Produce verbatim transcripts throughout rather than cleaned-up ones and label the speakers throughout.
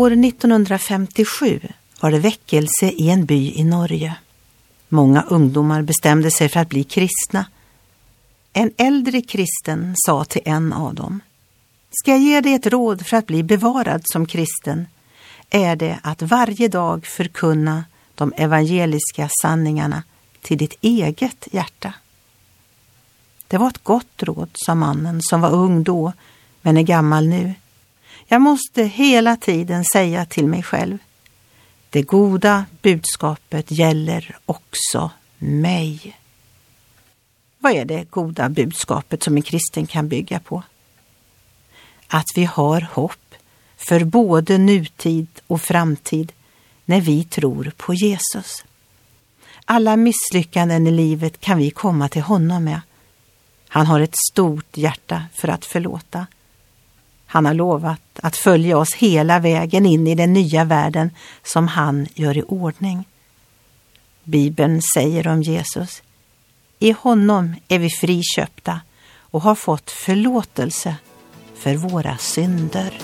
Speaker 1: År nittonhundrafemtiosju var det väckelse i en by i Norge. Många ungdomar bestämde sig för att bli kristna. En äldre kristen sa till en av dem: "Ska jag ge dig ett råd för att bli bevarad som kristen, är det att varje dag förkunna de evangeliska sanningarna till ditt eget hjärta." Det var ett gott råd, sa mannen som var ung då men är gammal nu. Jag måste hela tiden säga till mig själv: det goda budskapet gäller också mig. Vad är det goda budskapet som en kristen kan bygga på? Att vi har hopp för både nutid och framtid när vi tror på Jesus. Alla misslyckanden i livet kan vi komma till honom med. Han har ett stort hjärta för att förlåta. Han har lovat att följa oss hela vägen in i den nya världen som han gör i ordning. Bibeln säger om Jesus: i honom är vi friköpta och har fått förlåtelse för våra synder.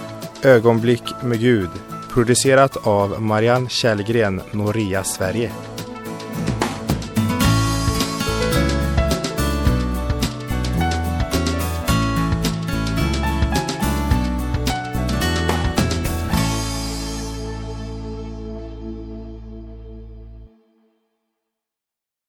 Speaker 2: Ögonblick med Gud, producerat av Marianne Källgren, Noria, Sverige.